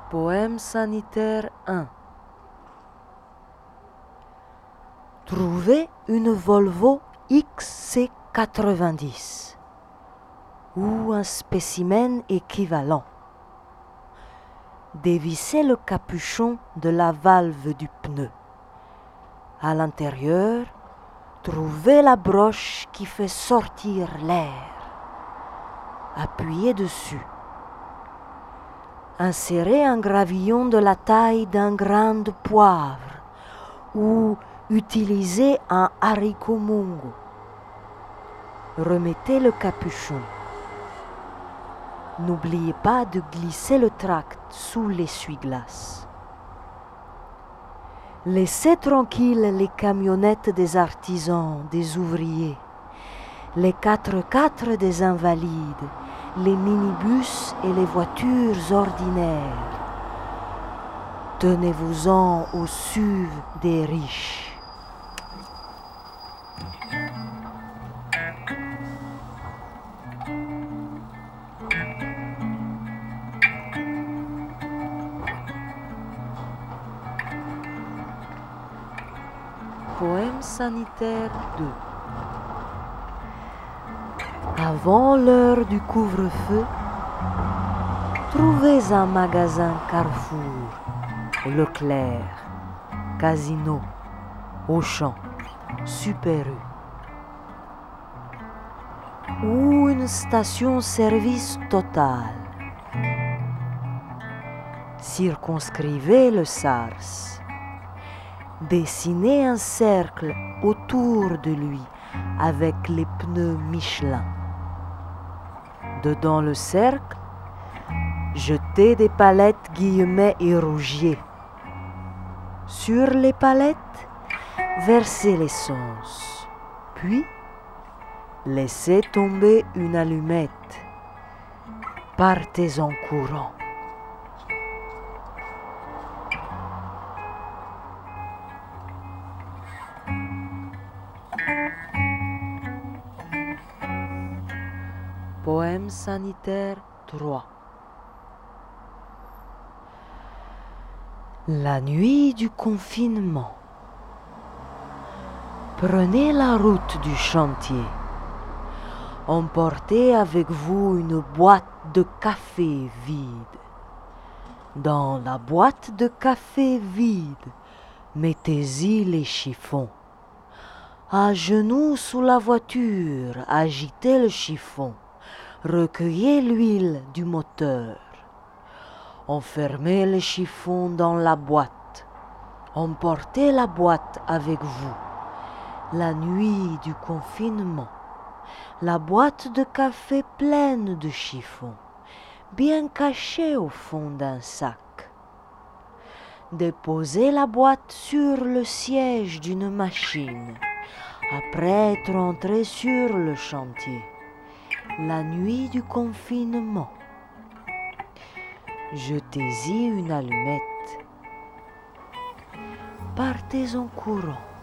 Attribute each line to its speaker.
Speaker 1: Poème sanitaire 1. Trouvez une Volvo XC90 ou un spécimen équivalent. Dévissez le capuchon de la valve du pneu. À l'intérieur, trouvez la broche qui fait sortir l'air. Appuyez dessus. Insérez un gravillon de la taille d'un grain de poivre ou utilisez un haricot mungo. Remettez le capuchon. N'oubliez pas de glisser le tract sous l'essuie-glace. Laissez tranquilles les camionnettes des artisans, des ouvriers, les 4x4 des invalides, les minibus et les voitures ordinaires. Tenez-vous-en au SUV des riches. Poème sanitaire 2. Avant l'heure du couvre-feu, trouvez un magasin Carrefour, Leclerc, Casino, Auchan, Super U ou une station-service Total. Circonscrivez le SARS. Dessinez un cercle autour de lui avec les pneus Michelin. Dedans le cercle, jetez des palettes Guillemet et Rougier. Sur les palettes, versez l'essence, puis laissez tomber une allumette. Partez en courant. Poème sanitaire 3. La nuit du confinement. Prenez la route du chantier. Emportez avec vous une boîte de café vide. Dans la boîte de café vide, mettez-y les chiffons. À genoux sous la voiture, agitez le chiffon. Recueillez l'huile du moteur. Enfermez le chiffon dans la boîte. Emportez la boîte avec vous. La nuit du confinement. La boîte de café pleine de chiffons, bien cachée au fond d'un sac. Déposez la boîte sur le siège d'une machine. Après être entré sur le chantier. La nuit du confinement. Jetez-y une allumette. Partez en courant.